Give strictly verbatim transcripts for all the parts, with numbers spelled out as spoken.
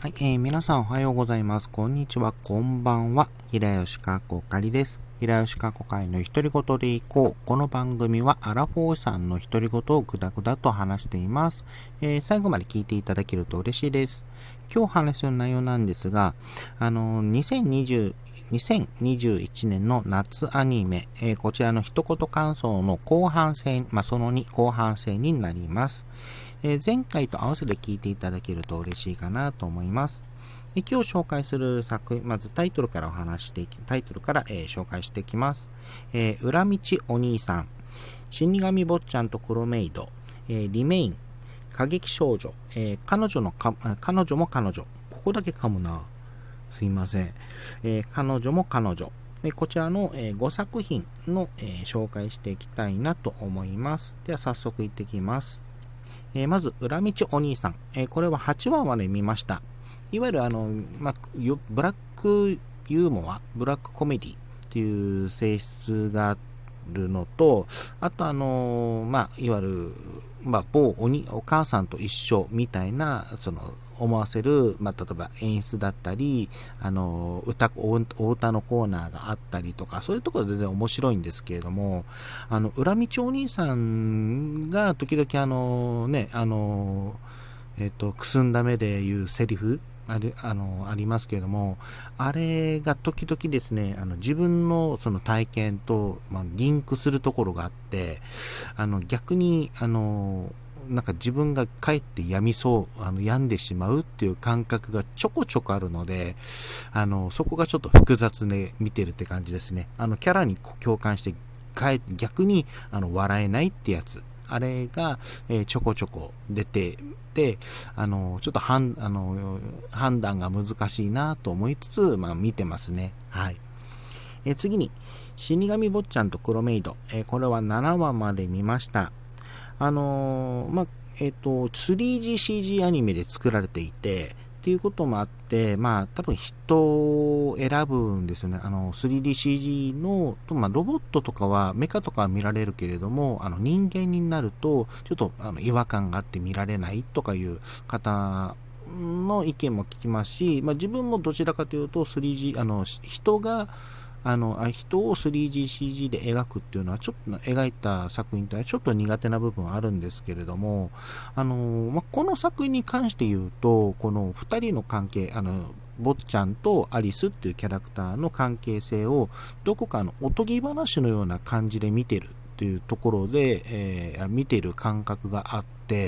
はい、えー、皆さんおはようございます。こんにちは、こんばんは。平吉かこかりです。平吉かこ会の独り言でいこう。この番組はアラフォーさんの独り言をぐだぐだと話しています。えー、最後まで聞いていただけると嬉しいです。今日話す内容なんですが、あのー、にせんにじゅうにせんにじゅういちねんの夏アニメ、えー、こちらの一言感想の後半戦、まあ、そのに後半戦になります。えー、前回と合わせて聞いていただけると嬉しいかなと思います。えー、今日紹介する作品、まずタイトルからお話していき、タイトルから、えー、紹介していきます。えー、裏道お兄さん、死神坊ちゃんと黒メイド、えー、リメイン、過激少女、えー、彼女のか、彼女も彼女、ここだけ噛むな。すいません。えー、彼女も彼女。でこちらの、えー、ごさく品の、えー、紹介していきたいなと思います。では早速いってきます。えー、まず、裏道お兄さん。えー、これははちわまで見ました。いわゆるあの、まあ、ブラックユーモア、ブラックコメディっていう性質があるのと、あとあの、まあ、いわゆる、まあ、某おにお母さんと一緒みたいな、その、思わせる、まあ、例えば演出だったり、あの、歌、お歌のコーナーがあったりとか、そういうところは全然面白いんですけれども、あの、裏道お兄さんが時々あの、ね、あの、えっと、くすんだ目で言うセリフ、あれ、あの、ありますけれども、あれが時々ですね、あの、自分のその体験と、まあ、リンクするところがあって、あの、逆に、あの、なんか自分がかえって病みそう、あの、病んでしまうっていう感覚がちょこちょこあるので、あの、そこがちょっと複雑で見てるって感じですね。あの、キャラに共感して、かえ逆に、あの、笑えないってやつ。あれが、えーちょこちょこ出て、で、あの、ちょっと判、あの、判断が難しいなと思いつつ、まあ見てますね。はい。えー次に、死神坊ちゃんと黒メイド。えーこれはななわまで見ました。あのーまあ、えっ、と、スリージーシージー アニメで作られていて、っていうこともあって、まあ、多分人を選ぶんですよね。あの、スリーディーシージー の、とまあ、ロボットとかは、メカとかは見られるけれども、あの、人間になると、ちょっと、あの、違和感があって見られないとかいう方の意見も聞きますし、まあ、自分もどちらかというと スリージー、あの、人が、あの、人を スリージーシージー で描くっていうのは、ちょっと描いた作品とはちょっと苦手な部分はあるんですけれども、あの、まあ、この作品に関して言うと、この二人の関係、あの、坊ちゃんとアリスっていうキャラクターの関係性を、どこかのおとぎ話のような感じで見てるっていうところで、えー見ている感覚があって、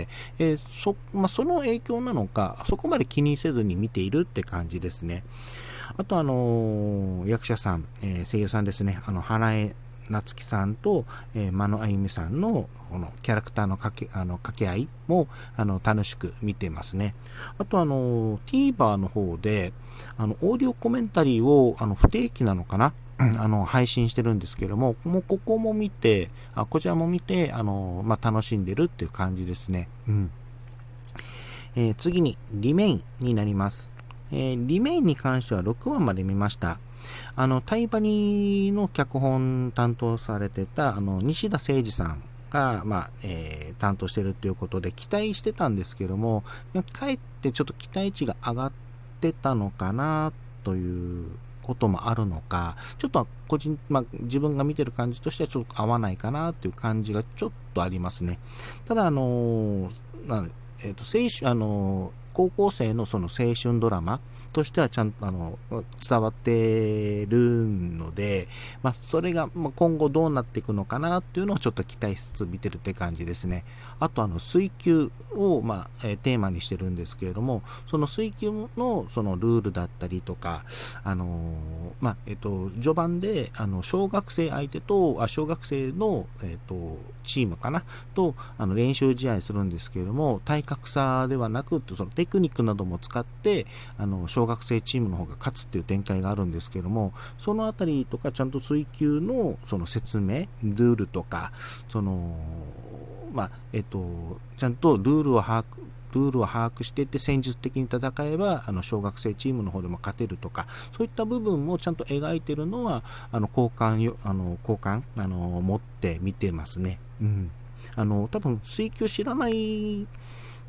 えーそ、まあ、その影響なのか、そこまで気にせずに見ているって感じですね。あとあのー役者さん、えー声優さんですね、あの、花江夏樹さんと、えー、真野あゆみさんの、このキャラクターの掛け、あの、掛け合いも、あの、楽しく見てますね。あとあの、TVer の方で、あの、オーディオコメンタリーを、あの、不定期なのかなあの、配信してるんですけども、もうここも見て、あこちらも見て、あの、まあ、楽しんでるっていう感じですね。うん。えー次に、リメインになります。えーリメインに関してはろくわまで見ました。あの、タイバニの脚本担当されてた、あの、西田誠二さんが、まあ、えー担当してるということで期待してたんですけども、かえってちょっと期待値が上がってたのかな、ということもあるのか、ちょっと個人、まあ、自分が見てる感じとしてはちょっと合わないかな、という感じがちょっとありますね。ただ、あのーまあえっ、と、青春、あのー高校生のその青春ドラマとしてはちゃんとあの伝わってるので、まあ、それがまあ今後どうなっていくのかなっていうのをちょっと期待しつつ見てるって感じですね。あとあの水球を、まあえーテーマにしてるんですけれども、その水球のそのルールだったりとか、あのーまあえっ、と序盤であの小学生相手とあ小学生の、えっとチームかなとあの練習試合するんですけれども、体格差ではなくそのテクニックなども使ってあの小学生チームの方が勝つっていう展開があるんですけども、そのあたりとかちゃんと水球のその説明ルールとか、そのまあえっとちゃんとルールを把握ルールを把握していって戦術的に戦えばあの小学生チームの方でも勝てるとか、そういった部分もちゃんと描いてるのはあの好感よあの好感あの持って見てますね。うん。あの多分水球知らない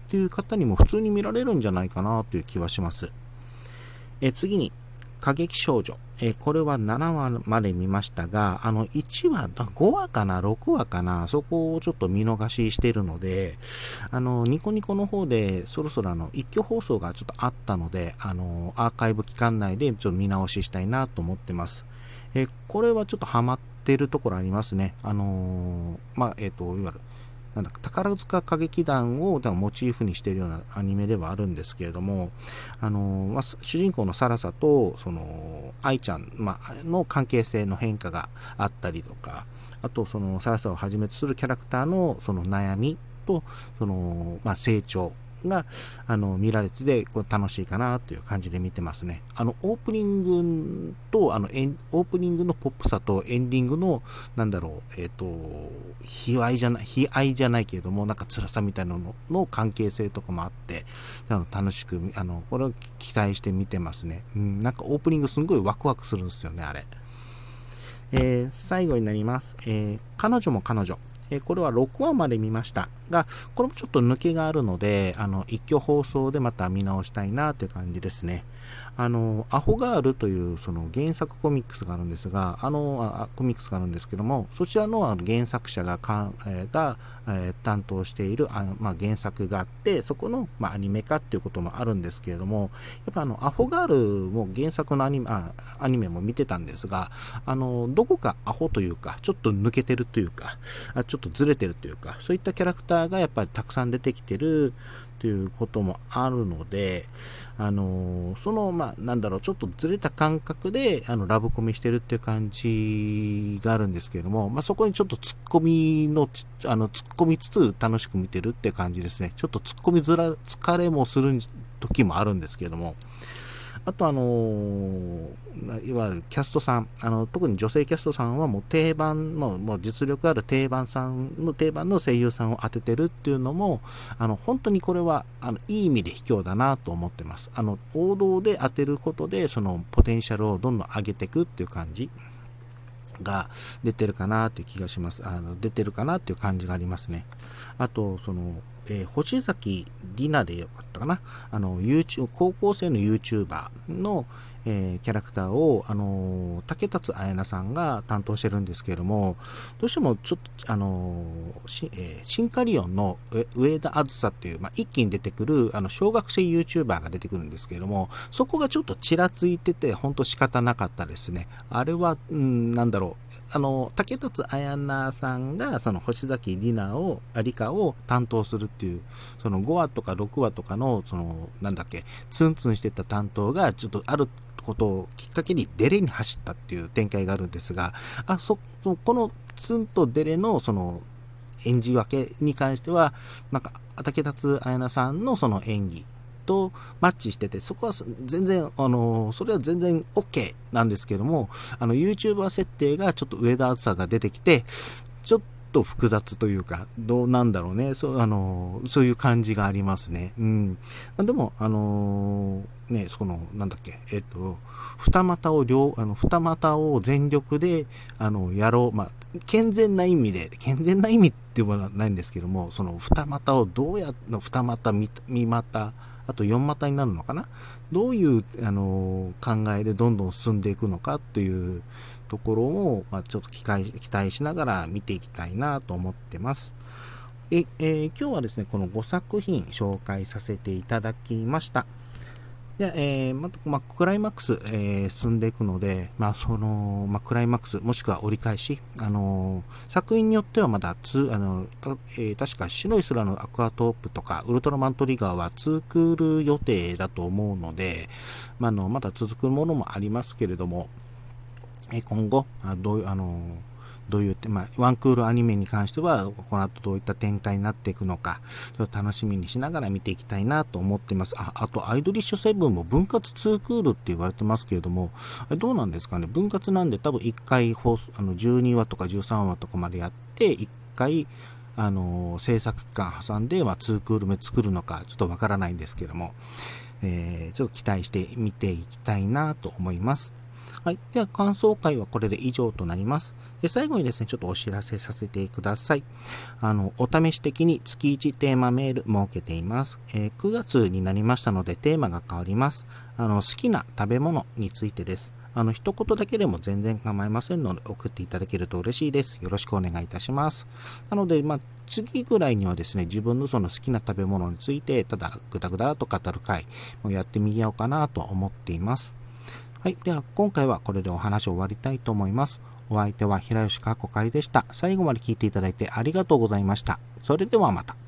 っていう方にも普通に見られるんじゃないかなという気はします。え次に、過激少女。えこれはななわまで見ましたが、あのいちわ、ごわかな、ろくわかな、そこをちょっと見逃ししているので、あのニコニコの方でそろそろあの一挙放送がちょっとあったので、あのアーカイブ期間内でちょっと見直ししたいなと思ってます。えこれはちょっとハマってるところありますね。あのー、まあ、えっと、いわゆる、なんだ宝塚歌劇団をモチーフにしているようなアニメではあるんですけれども、あのーまあ、主人公のサラサとその愛ちゃん、まあ、の関係性の変化があったりとか、あとそのサラサをはじめとするキャラクターのその悩みとその、まあ、成長があの見られててこれ楽しいかなという感じで見てますね。あのオープニングとあのエンオープニングのポップさとエンディングのなんだろうえっ、ー、と悲哀じゃない悲哀じゃないけれどもなんか辛さみたいなのの関係性とかもあってあの楽しくあのこれを期待して見てますね。うん、なんかオープニングすんごいワクワクするんですよねあれ。えー、最後になります。えー、彼女も彼女。えこれはろくわまで見ましたが、これもちょっと抜けがあるので、あの、一挙放送でまた見直したいなという感じですね。あの、アホガールというその原作コミックスがあるんですが、あの、あコミックスがあるんですけども、そちらの原作者がか、えー、が、えー、担当しているあの、まあ、原作があって、そこの、まあ、アニメ化っていうこともあるんですけれども、やっぱあの、アホガールも原作のアニメ、あアニメも見てたんですが、あの、どこかアホというか、ちょっと抜けてるというか、ちょっとずれてるというか、そういったキャラクターがやっぱりたくさん出てきてるということもあるので、あのその、まあ、なんだろう、ちょっとずれた感覚で、あの、ラブコメしてるっていう感じがあるんですけれども、まあ、そこにちょっと突っ込みの、あの、突っ込みつつ楽しく見てるって感じですね。ちょっと突っ込みづら、疲れもする時もあるんですけれども、あとあのー、いわゆるキャストさん、あの特に女性キャストさんはもう定番、もうもう実力ある定番さんの定番の声優さんを当ててるっていうのも、あの本当にこれはあのいい意味で卑怯だなと思ってます。あの王道で当てることでそのポテンシャルをどんどん上げていくっていう感じが出てるかなという気がします。あの出てるかなという感じがありますね。あとそのえー、星崎里奈でよかったかな。あの、YouTube、高校生の YouTuber の、えー、キャラクターを、あのー、竹達彩奈さんが担当してるんですけれども、どうしてもちょっと、あのーしえー、シンカリオンの上田あずさっていう、まあ、一気に出てくる、あの、小学生 YouTuber が出てくるんですけれども、そこがちょっとちらついてて、ほんと仕方なかったですね。あれは、うん、なんだろう。あの、竹達彩奈さんが、その星崎里奈を、理香を担当するっていう、そのごわとかろくわとかの、その、なんだっけ、ツンツンしてた担当が、ちょっとあることをきっかけにデレに走ったっていう展開があるんですが、あ、そ、このツンとデレの、その、演じ分けに関しては、なんか、竹達彩奈さんのその演技、とマッチしてて、そこは全然、あの、それは全然 OK なんですけども、あの、YouTuber 設定がちょっと上田敦が出てきて、ちょっと複雑というか、どうなんだろうね、そう、あの、そういう感じがありますね。うん。でも、あのね、その、なんだっけ、えっと、二股を両、あの、二股を全力で、あの、やろう、まあ、健全な意味で、健全な意味っていうのはないんですけども、その二股をどうやって、二股、三股、あとよん股になるのかな、どういう、あのー、考えでどんどん進んでいくのかというところを、まあ、ちょっと期待、期待しながら見ていきたいなと思ってます。え、えー、今日はですね、このごさく品紹介させていただきました。で、えー、また、まあ、クライマックス、えー、進んでいくので、まあ、その、まあ、クライマックス、もしくは折り返し、あのー、作品によってはまだ、つ、あの、えー、確か、白い空のアクアトープとか、ウルトラマントリガーはツークール予定だと思うので、まあ、あの、まだ続くものもありますけれども、えー、今後、あどういう、あのー、どういう、まあ、ワンクールアニメに関しては、この後どういった展開になっていくのか、それを楽しみにしながら見ていきたいなと思っています。あ、あと、アイドリッシュセブンも分割ツークールって言われてますけれども、どうなんですかね。分割なんで多分いっかい放送、あの、じゅうにわとかじゅうさんわとかまでやって、いっかい、あのー、制作期間挟んで、まあ、ツークール目作るのか、ちょっとわからないんですけども、えー、ちょっと期待して見ていきたいなと思います。 はい。では、感想会はこれで以上となります。で、最後にですね、ちょっとお知らせさせてください。あの、お試し的に月いちテーマメール設けています。えー、くがつになりましたので、テーマが変わります。あの、好きな食べ物についてです。あの、一言だけでも全然構いませんので、送っていただけると嬉しいです。よろしくお願いいたします。なので、まあ、次ぐらいにはですね、自分のその好きな食べ物について、ただぐだぐだと語る回をやってみようかなと思っています。はい。では、今回はこれでお話を終わりたいと思います。お相手は平吉かこかりでした。最後まで聞いていただいてありがとうございました。それではまた。